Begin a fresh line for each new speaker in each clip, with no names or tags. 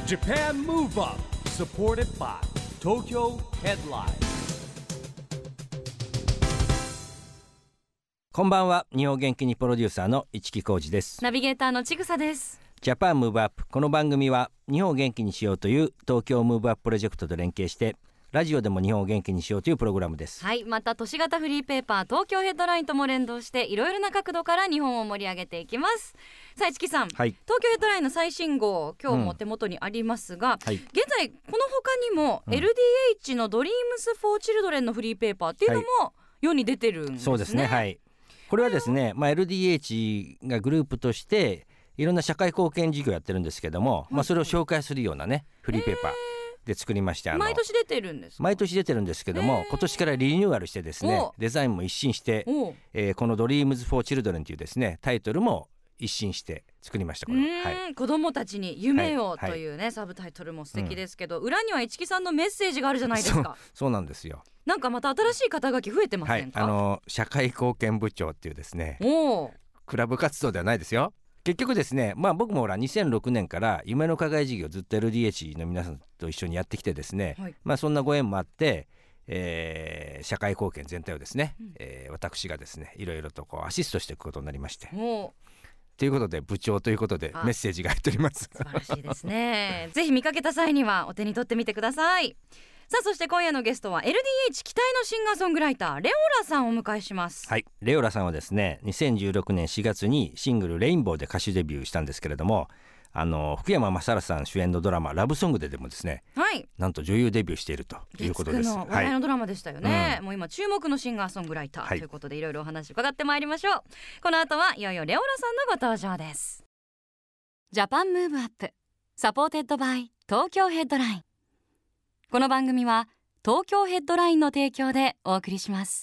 Japan Move Up supported by Tokyo Headline。
こんばんは。日本元気にプロデューサーの市木浩司です。
ナビゲーターのちぐさです。
ジャパンムーブアップ。この番組は日本を元気にしようという東京ムーブアッププロジェクトと連携してラジオでも日本を元気にしようというプログラムです。
はい、また都市型フリーペーパー東京ヘッドラインとも連動していろいろな角度から日本を盛り上げていきます。さあ市木さん、
はい、
東京ヘッドラインの最新号今日も手元にありますが、
はい、
現在この他にも LDH のドリームスフォーチルドレンのフリーペーパーっていうのも世に出てるんですね。
そうですね、はい、これはですね、LDH がグループとしていろんな社会貢献事業やってるんですけども、それを紹介するようなねフリーペーパーで作りまして、
毎年出てるんですか？
毎年出てるんですけども、今年からリニューアルしてですね、デザインも一新して、このドリームズフォーチルドレンというですねタイトルも一新して作りました。これは、
子供たちに夢をというね、サブタイトルも素敵ですけど、裏には市木さんのメッセージがあるじゃないですか。
そうなんですよ。
なんかまた新しい肩書き増えてませんか？
社会貢献部長っていうですね、クラブ活動ではないですよ。結局ですね、僕もほら2006年から夢の課外事業ずっと LDH の皆さんと一緒にやってきてですね、そんなご縁もあって、社会貢献全体をですね、私がですねいろいろとアシストしていくことになりまして、ということで部長ということでメッセージが入っております。
素晴らしいですね。ぜひ見かけた際にはお手に取ってみてください。さあそして今夜のゲストは LDH 期待のシンガーソングライターレオラさんをお迎えします。
はい、レオラさんはですね2016年4月にシングルレインボーで歌手デビューしたんですけれども、福山雅治さん主演のドラマラブソングでもですね、なんと女優デビューしているということです。
月9の話題のドラマでしたよね、もう今注目のシンガーソングライターということで、いろいろお話伺ってまいりましょう。この後はいよいよレオラさんのご登場です。ジャパンムーブアップサポーテッドバイ東京ヘッドライン。この番組は東京ヘッドラインの提供でお送りします。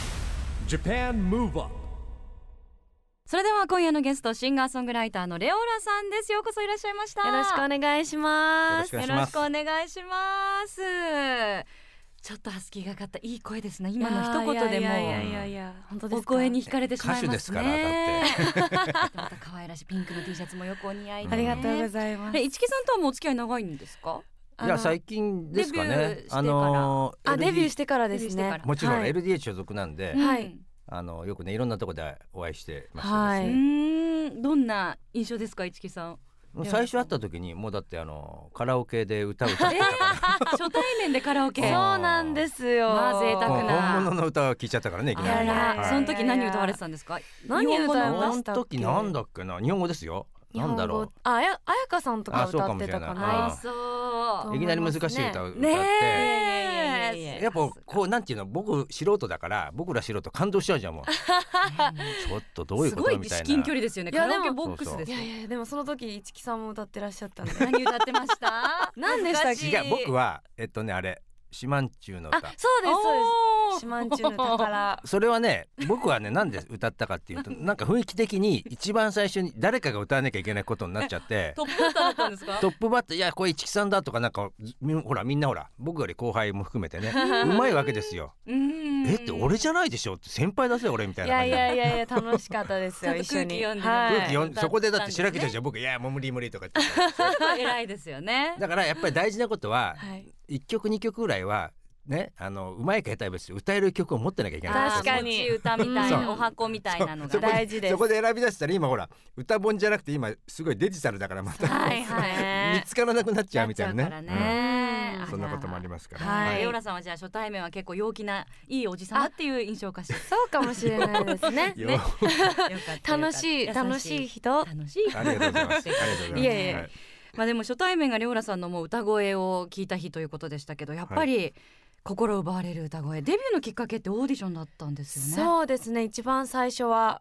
Japan Move Up。
それでは今夜のゲストシンガーソングライターのレオラさんです。ようこそいらっしゃいました。
よろしくお願いします。
よろしくお願いします。ちょっとハスキーがかったいい声ですね。今の一言でも
本当ですか？
お声に惹かれてしまいますね。
歌手ですからだって
また可愛らしいピンクの T シャツもよくお似合いで、
ありがとうございます。
市木さんとはもうお付き合い長いんですか？
いや最近ですかね。
デビューしてから、
デビューしてからですね。
もちろん LDH 所属なんで、よくねいろんなところでお会いしてましたですね。
どんな印象ですか市木さん？
最初会った時にもうだってカラオケで歌を歌ってたから
初対面でカラオケ。
そうなんですよ。
贅沢な
本物の歌を聴いちゃったからねいきなり。
その時何歌われてたんですか？
何歌いましたっけ？
その時なんだっけな、日本語ですよ。なんだろう、
あやかさんとか歌ってたかな。
そう
いきなり難しい歌を歌って、やっぱこうなんていうの、僕素人だから僕ら素人感動しちゃうじゃんもうちょっとどういうことみたいな。
すごい至近距離ですよね。カラオケボックスですよ。
いやでもその時市木さんも歌ってらっしゃったんで。
何歌ってました？
何でしたっけ？
違う、僕はあれシマンチューの歌。
そうですそうです。シマンチューの宝。
それはね、僕はねなんで歌ったかっていうとなんか雰囲気的に一番最初に誰かが歌わなきゃいけないことになっちゃって
トップバッターだったんですか？
トップバッター、いやこれ市木さんだとかなんかほらみんなほら僕より後輩も含めてねうまいわけですよ。って俺じゃないでしょって先輩出せ俺みたいな感じで。
いや楽しかったですよ。一緒に
空気
読んでそこでだってしらけちゃうじゃん僕。いやもう無理とか言って
偉いですよね。
だからやっぱり大事なことは1曲2曲ぐらいはね、うまいか下手い別に歌える曲を持ってなきゃいけない。
確かに
歌みたいなお箱みたいなのが大事です。
そこで選び出したら今ほら歌本じゃなくて今すごいデジタルだからまた見つからなくなっちゃうみたいなね。そんなこともありますから。
レオラさんはじゃあ初対面は結構陽気ないいおじさまっていう印象かしら。
そうかもしれないですね。楽しい人。
楽しい。
ありがとうございます。
いえでも初対面がレオラさんのもう歌声を聞いた日ということでしたけど、やっぱり心奪われる歌声。デビューのきっかけってオーディションだったんですよね。
そうですね。一番最初は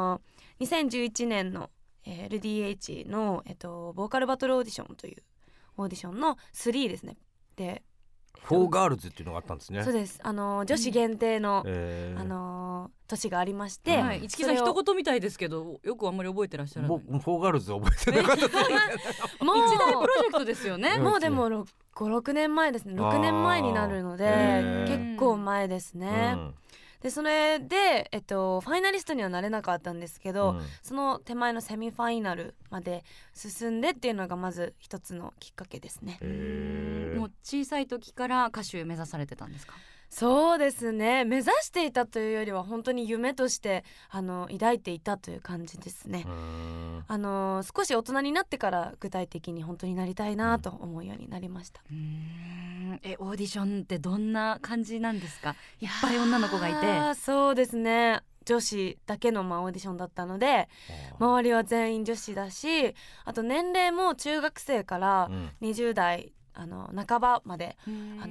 2011年の、LDH の、ボーカルバトルオーディションというオーディションの3ですね。で
フォーガールズっていうのがあったんですね。
そうです。女子限定の、年がありまして、
市木さん一言みたいですけどよくあんまり覚えてらっしゃらない。
僕フォーガールズ覚えてなかったです
もう一大プロジェクトですよね。
もうでも5、6年前ですね。6年前になるので結構前ですね。 でそれで、ファイナリストにはなれなかったんですけど、その手前のセミファイナルまで進んでっていうのがまず一つのきっかけですね。
もう小さい時から歌手目指されてたんですか？
そうですね、目指していたというよりは本当に夢として抱いていたという感じですね。少し大人になってから具体的に本当になりたいなと思うようになりました。
オーディションってどんな感じなんですか？いっぱい女の子がいて。
そうですね、女子だけのオーディションだったので、周りは全員女子だし、あと年齢も中学生から20代半ばまで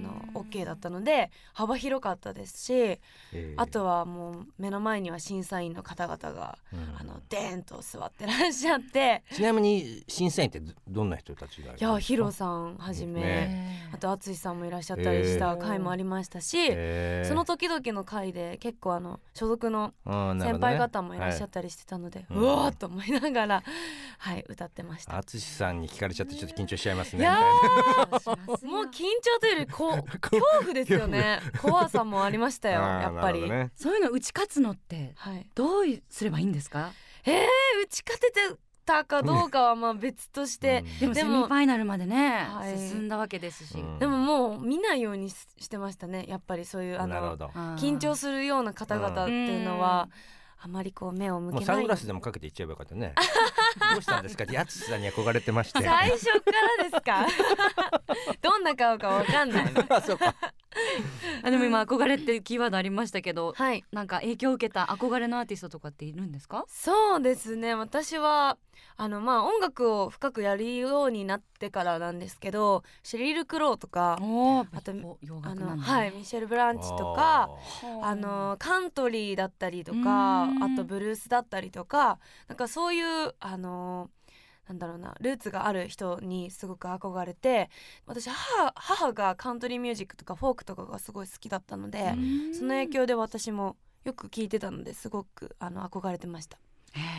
OK だったので幅広かったですし、あとはもう目の前には審査員の方々が、デーンと座ってらっしゃって。
ちなみに審査員ってどんな人たちがいるんですか？
ヒロさんはじめ、あと淳さんもいらっしゃったりした回もありましたし、その時々の回で結構所属の先輩方もいらっしゃったりしてたので、うわーっと思いながら、歌ってました。
淳さんに聞かれちゃってちょっと緊張しちゃいますね。
いやもう緊張というより恐怖ですよね。怖さもありましたよやっぱり、
そういうの打ち勝つのってどうすればいいんですか？
打ち勝ててたかどうかはまあ別として、
でもセミファイナルまでね、進んだわけですし、
でももう見ないようにしてましたね。やっぱりそういう緊張するような方々っていうのはあまり目を向けない。
もうサングラスでもかけていっちゃえばよかったね。どうしたんですか？淳さんに憧れてまして。
最初からですか？どんな顔かわかんない。
そうか。
でも今憧れっていうキーワードありましたけど、なんか影響を受けた憧れのアーティストとかっているんですか？
そうですね、私は音楽を深くやるようになってからなんですけど、シェリル・クローとか、あと
洋楽なん
だ、ミシェル・ブランチとか、カントリーだったりとか、あとブルースだったりとか、なんかそういうなんだろうな、ルーツがある人にすごく憧れて、私母がカントリーミュージックとかフォークとかがすごい好きだったので、その影響で私もよく聴いてたのですごく憧れてました。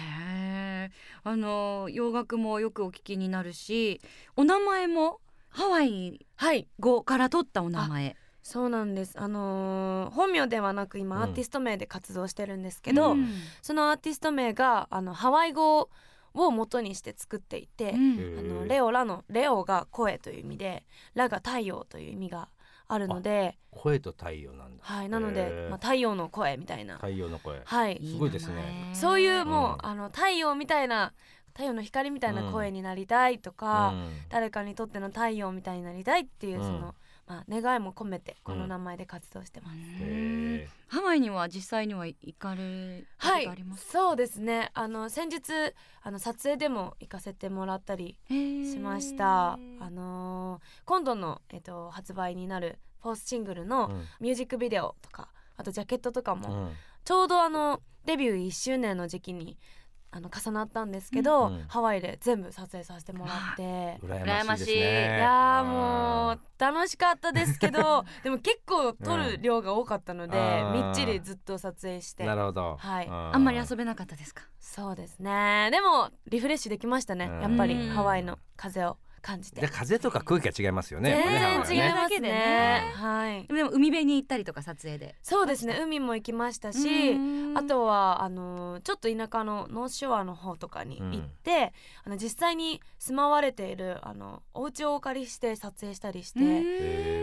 洋楽もよくお聞きになるし、お名前もハワイ語から取ったお名前。
そうなんです。本名ではなく今アーティスト名で活動してるんですけど、そのアーティスト名がハワイ語を元にして作っていて、レオラのレオが声という意味で、ラが太陽という意味があるので、
声と太陽なんだ。
なので、太陽の声みたいな。
太陽の声、
す
ごいですね。
そういうもう、太陽みたいな、太陽の光みたいな声になりたいとか、誰かにとっての太陽みたいになりたいっていうその、願いも込めてこの名前で活動してます。
ハワイには実際には行かれたことありますか？
そうですね、先日撮影でも行かせてもらったりしました。今度の、発売になるフォースシングルのミュージックビデオとか、あとジャケットとかも、ちょうどデビュー1周年の時期に重なったんですけど、ハワイで全部撮影させてもらって、
羨ましいですね。
いやもう楽しかったですけどでも結構撮る量が多かったので、みっちりずっと撮影して。
なるほど。
あんまり遊べなかったですか？
そうですね、でもリフレッシュできましたね。やっぱりハワイの風を感じて。
風とか空気が違いますよね。
全然違いますね。
でも海辺に行ったりとか撮影で。
そうですね、海も行きましたし、あとはちょっと田舎のノースショアの方とかに行って、実際に住まわれているお家をお借りして撮影したりして、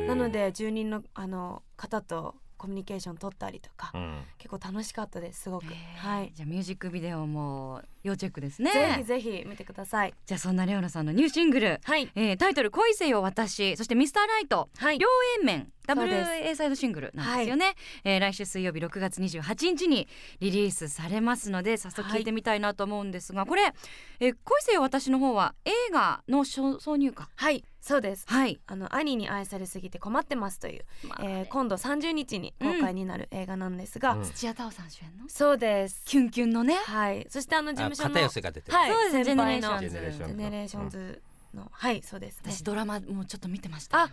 なので住人の方とコミュニケーション取ったりとか、結構楽しかったです、すごく。じゃ
あミュージックビデオも要チェックですね。
ぜひぜひ見てください。
じゃあそんなレオナさんのニューシングル、タイトル恋せよ私、そしてミスターライト、両 A 面ダブル A サイドシングルなんですよね。来週水曜日6月28日にリリースされますので、早速聞いてみたいなと思うんですが、これ、恋せよ私の方は映画の挿入歌。
そうです。兄に愛されすぎて困ってますという、今度30日に公開になる映画なんですが、
土屋太鳳さん主演の。
そうです。
キュンキュンのね。
そして事務所の
片寄が出てる。
先輩の
ジェネレーションズ
の。そうです。
私ドラマもちょっと見てました。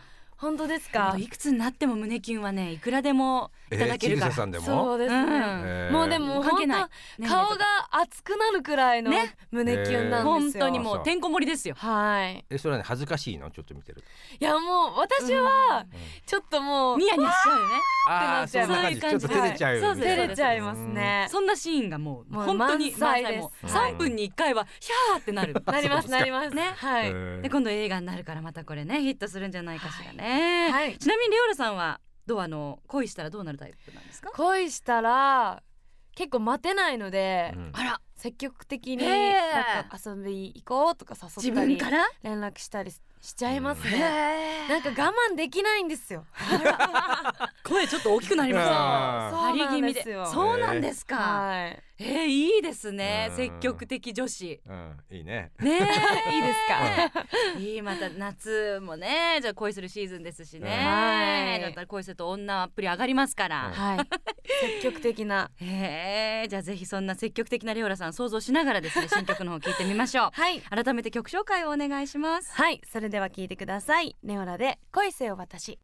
本当ですか。
いくつになっても胸キュンはねいくらでもいただけるから、
さんでも
そうですね、もうでも
関係ない
本当顔が熱くなるくらいの胸キュンなんですよ、
本当にもうてんこ盛りですよ。
はい。
それはね恥ずかしいのちょっと見てる。
いやもう私はちょっともう
ニヤニヤしちゃうよね。
ああそんな感じ、ちょっと照れちゃうよね。
照れちゃいますね。
そんなシーンがもう本当に
満載です。
3分に1回はヒャーってなる
なりますね。はい。
で今度映画になるからまたこれねヒットするんじゃないかしらね。
はい。
ちなみにレオラさんはどう恋したらどうなるタイプなんですか？
恋したら結構待てないので、
あら
積極的になんか遊び行こうとか誘ったり
自分から
連絡したりしちゃいますね。なんか我慢できないんですよ。
声ちょっと大きくなりました。
張り気味で。
そうなんですか。
はい。
いいですね。積極的女子。
いいね。
ね
いいですか。
いいまた夏もねじゃあ恋するシーズンですしね。
はい。
だったら恋すると女っぷり上がりますから。
はい。積極的な。
じゃあぜひそんな積極的なレオラさん想像しながらですね新曲の方聞いてみましょう。
はい。
改めて曲紹介をお願いします。
はい。それでは聞いてください。レオラで恋せよ私。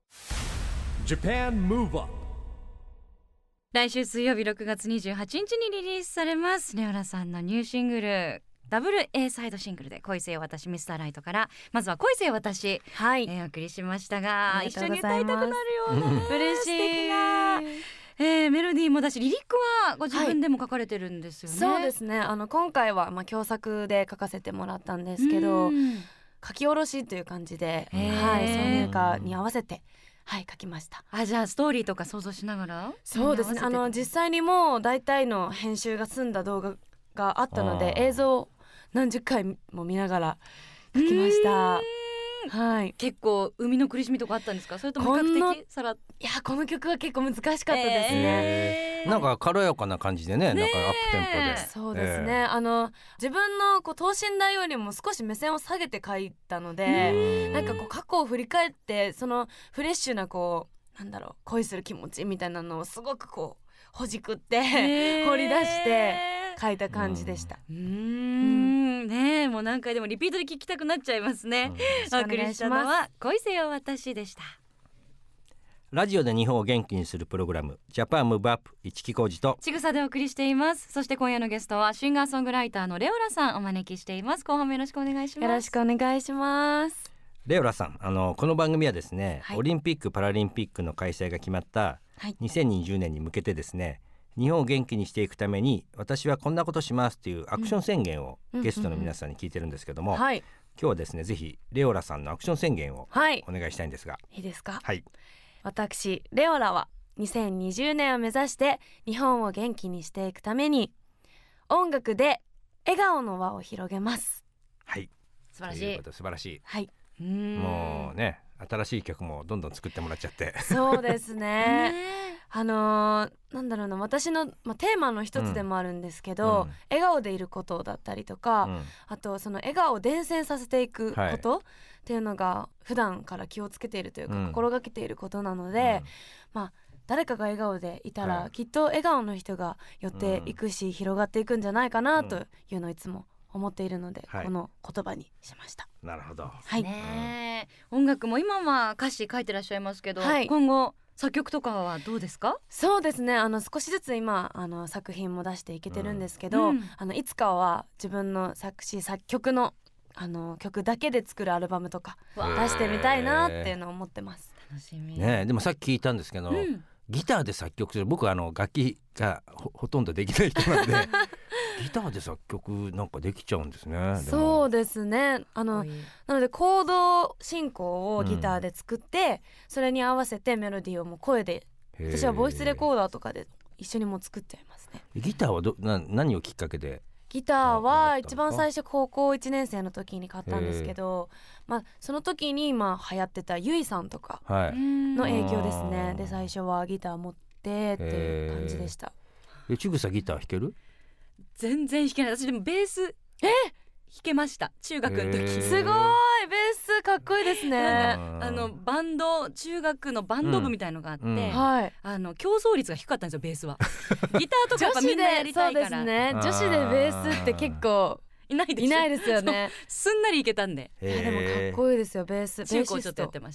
Japan Move Up。
来週水曜日6月28日にリリースされますレオラさんのニューシングルダブル A サイドシングルで恋せよ私ミスターライトからまずは恋せよ私、
はい、
お送りしましたが一緒に歌いたくなるような、
嬉しい
素敵な、メロディーもだしリリックはご自分でも書かれてるんですよね。
そうですね。今回は共作で書かせてもらったんですけど書き下ろしという感じで、はい、挿入歌に合わせてはい書きました。
じゃあストーリーとか想像しながら。
そうですね。実際にもう大体の編集が済んだ動画があったので映像を何十回も見ながら書きました。はい。
結構生みの苦しみとかあったんですか？それとも比較的さら。い
やこの曲は結構難しかったですね。
なんか軽やかな感じでね、なんかアップテンポで。
そうですね。自分の等身大よりも少し目線を下げて書いたので、なんか過去を振り返ってそのフレッシュな恋する気持ちみたいなのをすごくほじくって掘り出して書いた感じでした。
ねもう何回でもリピートで聞きたくなっちゃいますね。お送りしたのは恋せよ私でした。
ラジオで日本を元気にするプログラムジャパンムーブアップ市木浩二と
ちぐさでお送りしています。そして今夜のゲストはシンガーソングライターのレオラさんお招きしています。後半もよろしくお願いします。
よろしくお願いします。
レオラさんこの番組はですね、オリンピックパラリンピックの開催が決まった2020年に向けてですね、日本を元気にしていくために私はこんなことしますというアクション宣言をゲストの皆さんに聞いてるんですけども、今日はですねぜひレオラさんのアクション宣言をお願いしたいんですが、
いいですか？
はい。
私レオラは2020年を目指して日本を元気にしていくために音楽で笑顔の輪を広げます。
はい、
素晴らしい。
素晴らしい。
はい。
もうね新しい曲もどんどん作ってもらっちゃって
そうですねなんだろうな、私の、テーマの一つでもあるんですけど、笑顔でいることだったりとか、あとその笑顔を伝染させていくことっていうのが普段から気をつけているというか、心がけていることなので、誰かが笑顔でいたら、きっと笑顔の人が寄っていくし、広がっていくんじゃないかなというのをいつも思っているので、この言葉にしました。
なるほど。
はい。音楽も今は歌詞書いてらっしゃいますけど、今後作曲とかはどうですか？
そうですね。少しずつ今作品も出していけてるんですけど、いつかは自分の作詞作曲の曲だけで作るアルバムとか出してみたいなっていうのを思ってます。
楽しみ。
ね、でもさっき聞いたんですけど、ギターで作曲する、僕は楽器が ほとんどできない人なんでギターで作曲なんかできちゃうんですね。
そうですね。なのでコード進行をギターで作って、それに合わせてメロディーをもう声で、私はボイスレコーダーとかで一緒にも作っちゃいますね。
ギターは何をきっかけで？
ギターは一番最初高校1年生の時に買ったんですけど、その時に今流行ってたゆいさんとかの影響ですね。で最初はギター持ってっていう感じでした。
ちぐさギター弾ける？
全然弾けない。私でもベース弾けました、中学の時。
すごい、ベースかっこいいですね。
バンド、中学のバンド部みたいのがあって、競争率が低かったんですよ、ベースは。ギターとかやっぱみんなやりたいから。
そうですね、女子でベースって結構いないですよね。
すんなりいけたんで。
でもかっこいいですよ、ベース。
中高ちょっとやってました。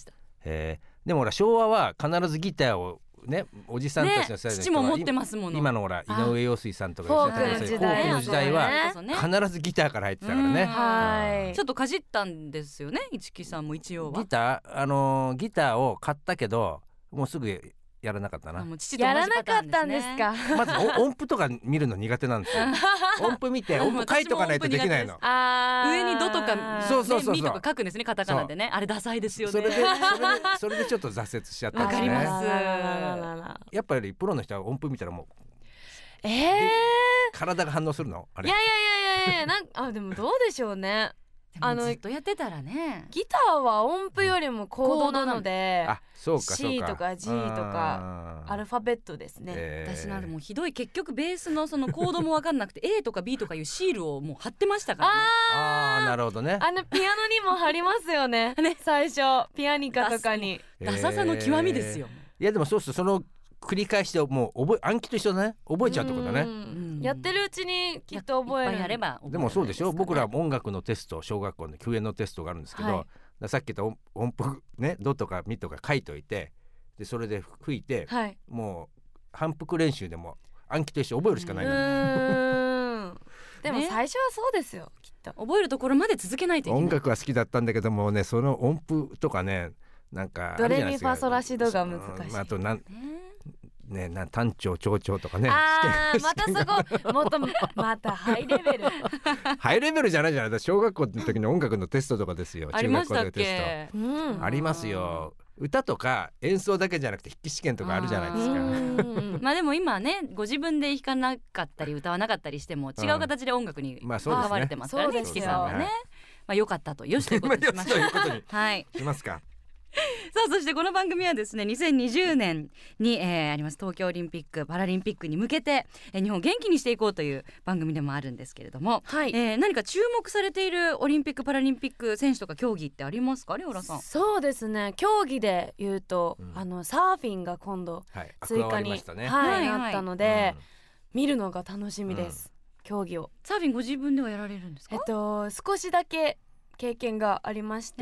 でもほら昭和は必ずギターをね、おじさんたちの世代の
父も持ってますもの。
今のほら井上陽水さんとか
フォークの時代
は必ずギターから入ってたからね、
はい、
ちょっとかじったんですよね、市木さんも一応は。
ギターを買ったけどもうすぐやらなかったな。
やらなかったんですか。
まず音符とか見るの苦手なんですよ。音符見て音符書いとかないとできないの。
上にドとか
ミ
とか書くんですね、カタカナでね。あれダサいですよね。
それでちょっと挫折しちゃったん
ですね。わかり
ます。やっぱりプロの人は音符見たらもう体が反応するのあれ。
いやでもどうでしょうね。
ずっとやってたらね。
ギターは音符よりもコードなので、
そうか
C とか G とかアルファベットですね。
私なんてもうひどい、結局ベースのそのコードも分かんなくてA とか B とかいうシールをもう貼ってましたからね。
なるほどね。
ピアノにも貼りますよね。最初ピアニカとかに。
ダサさの極みですよ。
いやでもそうするとその繰り返してもう暗記と一緒だね。覚えちゃうってことだね。
やってるうちにきっと覚える。
やれば。
でもそうでしょ。僕ら音楽のテスト、小学校の救援のテストがあるんですけど、さっき言った音符ね、ドとかミとか書いといて、でそれで吹いて、もう反復練習でも暗記と一緒覚えるしかないの。
でも最初はそうですよ、きっと。
覚えるところまで続けないといけない。
音楽は好きだったんだけどもね、その音符とかね、なんか
ドレミファソラシドが難しい。
あと単調長調とかね。
またすごい、またハイレベル。
ハイレベルじゃないじゃない。小学校の時の音楽のテストとかですよ。
ありましたっけ。
ありますよ。歌とか演奏だけじゃなくて筆記試験とかあるじゃないですか。
まあでも今ね、ご自分で弾かなかったり歌わなかったりしても違う形で音楽に関われてますからね、市木さんはね。良かったと、よしということにしましょう。
はい。しますか。
さあ、そしてこの番組はですね、2020年に、あります東京オリンピック・パラリンピックに向けて、日本を元気にしていこうという番組でもあるんですけれども、何か注目されているオリンピック・パラリンピック選手とか競技ってありますか、レオラさん。
そうですね、競技で言うと、サーフィンが今度追加に、なったので、見るのが楽しみです、競技を。
サーフィンご自分ではやられるんですか？
少しだけ経験がありまして、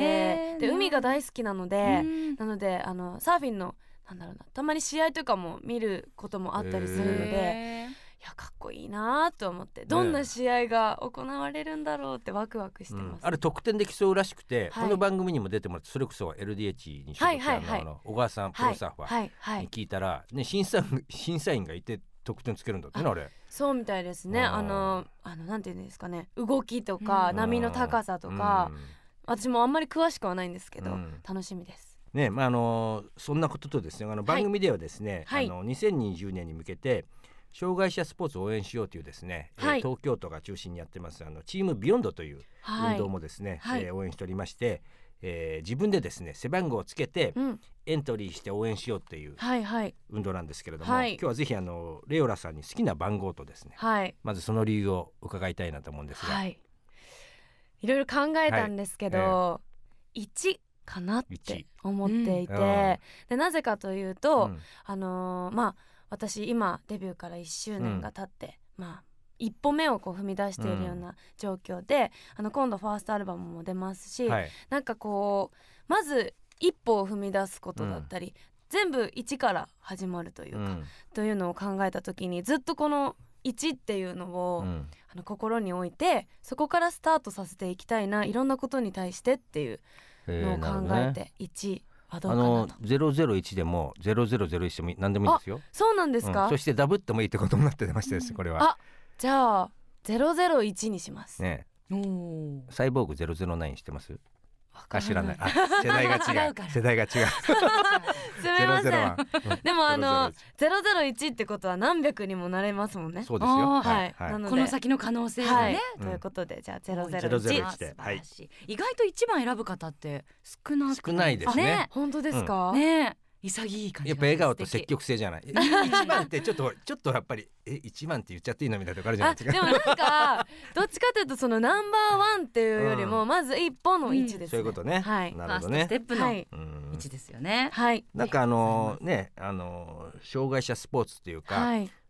で海が大好きなので、サーフィンのたまに試合とかも見ることもあったりするので、いやかっこいいなと思って、どんな試合が行われるんだろうってワクワクしてます。
あれ得点で競うらしくて、この番組にも出てもらって、それこそ LDH に所属した小川さん、プロサーファーに聞いたら、審査員がいて得点つけるんだってね、あれ。
そうみたいですね。なんていうんですかね、動きとか波の高さとか、私もあんまり詳しくはないんですけど、楽しみです
ね。そんなこととですね、番組ではですね、2020年に向けて障害者スポーツを応援しようというですね、東京都が中心にやってますチームビヨンドという運動もですね、応援しておりまして、自分でですね背番号をつけてエントリーして応援しようっていう運動なんですけれども、今日はぜひレオラさんに好きな番号とですね、まずその理由を伺いたいなと思うんですが、
いろいろ考えたんですけど、1かなって思っていて、でなぜかというと、私今デビューから1周年が経って、一歩目を踏み出しているような状況で、今度ファーストアルバムも出ますし、なんかまず一歩を踏み出すことだったり、全部1から始まるというか、というのを考えた時に、ずっとこの1っていうのを、心に置いて、そこからスタートさせていきたいな、いろんなことに対してっていうのを考えて、1はどうかなと。
001でも0001でも何でもいいですよ。
そうなんですか。
そしてダブってもいいってことになってましたです、これは。
じゃあ001にします
ね。サイボーグ009してます？知らない。世代が違う。すみ
ません。でも001ってことは何百にもなれますもんね。
そうですよ。
なので
この先の可能性がね。
ということで、じゃあ
001で。
意外と1番選ぶ方って少ない
ですね。
本当ですか？
ね。潔い感じ。
やっぱ笑顔と積極性じゃない。1番ってちょっとやっぱり1番って言っちゃっていいのみたいなとこあるじゃないですか。
でもなんかどっちかというと、そのナンバーワンっていうよりも、まず一歩の1ですね。
そういうことね。なるほどね。
ステップの1ですよね。
なんか障害者スポーツっていうか、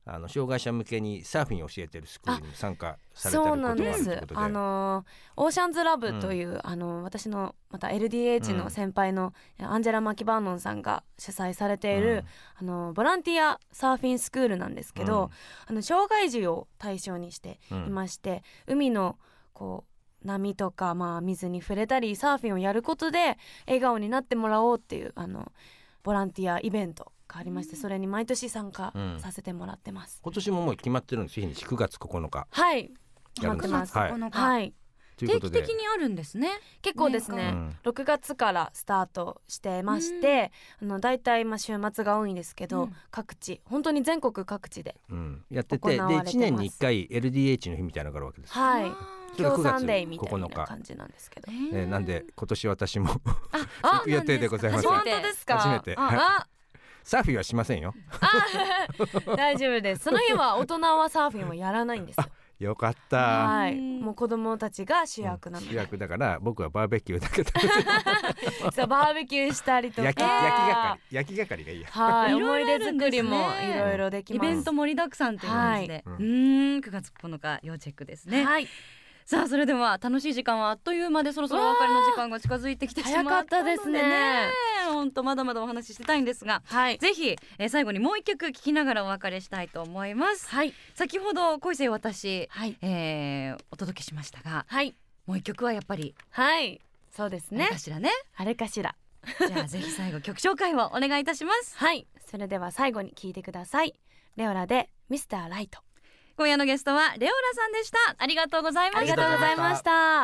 障害者向けにサーフィンを教えてるスクールに参加されてることがあるということで。そうなんです。
オーシャンズラブという、私のまた LDH の先輩のアンジェラ・マキバーノンさんが主催されている、ボランティアサーフィンスクールなんですけど、障害児を対象にしていまして、海のこう波とか、水に触れたりサーフィンをやることで笑顔になってもらおうっていうボランティアイベントがありまして、それに毎年参加させてもらってます。
今年ももう決まってるんです。日にち9月9日。
はい決まってます。はい、
定期的にあるんですね。
結構ですね、6月からスタートしてまして、だいたい週末が多いんですけど、各地本当に全国各地で
やってて、で1年に1回 LDH の日みたいなのがあるわけです。
はい、共産デーみたいな感じなんですけど、
なんで今年私も行く予定でございます。
本当ですか？
初めて。サーフィンはしませんよ。
大丈夫です。その日は大人はサーフィンはやらないんですよ。
よかった。
はい、もう子供たちが主役なので、
主役だから僕はバーベキューだけ食べて
そう、バーベキューしたりとか
焼き係がいいや。
はい、思い出作りもいろいろできます。
イベント盛りだくさんという感じで、9月9日要チェックですね。はい、さあそれでは楽しい時間はあっという間で、そろそろお別れの時間が近づいてきてしまったので、
早かったですね。
本当まだまだお話ししてたいんですが、ぜひ、最後にもう一曲聴きながらお別れしたいと思います。先ほど恋せよ私、お届けしましたが、もう一曲はやっぱり、そうですね、あれかしら。じゃあぜひ最後曲紹介をお願いいたします。
それでは最後に聴いてください。レオラでミスターライト。
今夜のゲストはレオラさんでした。ありがとうございました。
ありがとうございました。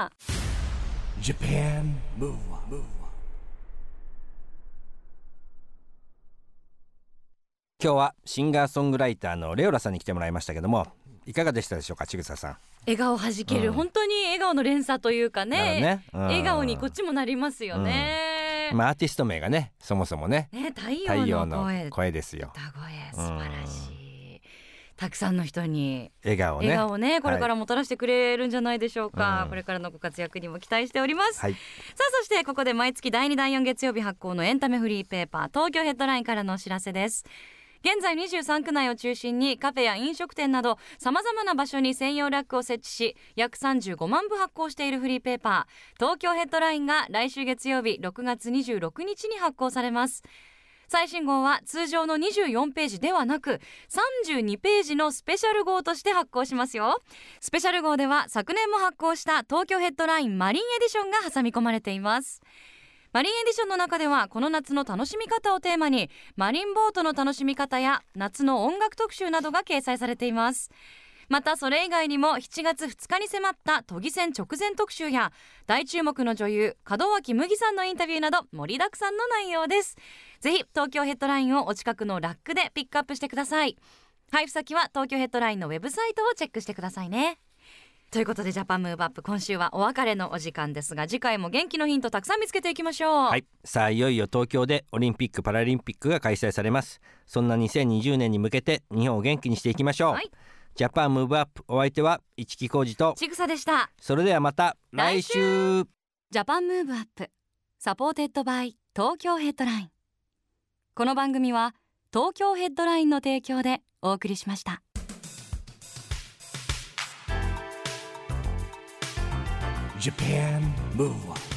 Japan Move Up。
今日はシンガーソングライターのレオラさんに来てもらいましたけども、いかがでしたでしょうか、ちぐささん。
笑顔はじける、本当に笑顔の連鎖というかね、笑顔にこっちもなりますよね。
アーティスト名がね、そもそもね、
太陽の
声ですよ。
歌声素晴らしい。たくさんの人に
笑顔を
ね、これからもたらしてくれるんじゃないでしょうか。これからのご活躍にも期待しております。さあそしてここで毎月第2第4月曜日発行のエンタメフリーペーパー東京ヘッドラインからのお知らせです。現在23区内を中心にカフェや飲食店などさまざまな場所に専用ラックを設置し、約35万部発行しているフリーペーパー東京ヘッドラインが来週月曜日6月26日に発行されます。最新号は通常の24ページではなく32ページのスペシャル号として発行しますよ。スペシャル号では昨年も発行した東京ヘッドラインマリンエディションが挟み込まれています。マリンエディションの中ではこの夏の楽しみ方をテーマにマリンボートの楽しみ方や夏の音楽特集などが掲載されています。またそれ以外にも7月2日に迫った都議選直前特集や大注目の女優門脇麦さんのインタビューなど盛りだくさんの内容です。ぜひ東京ヘッドラインをお近くのラックでピックアップしてください。配布先は東京ヘッドラインのウェブサイトをチェックしてくださいね。ということでジャパンムーブアップ、今週はお別れのお時間ですが、次回も元気のヒントたくさん見つけていきましょう。
さあいよいよ東京でオリンピックパラリンピックが開催されます。そんな2020年に向けて日本を元気にしていきましょう。ジャパンムーブアップ、お相手は市木浩二と
ちぐさでした。
それではまた来週。
ジャパンムーブアップサポーテッドバイ東京ヘッドライン。この番組は東京ヘッドラインの提供でお送りしました。
Japan Move Up。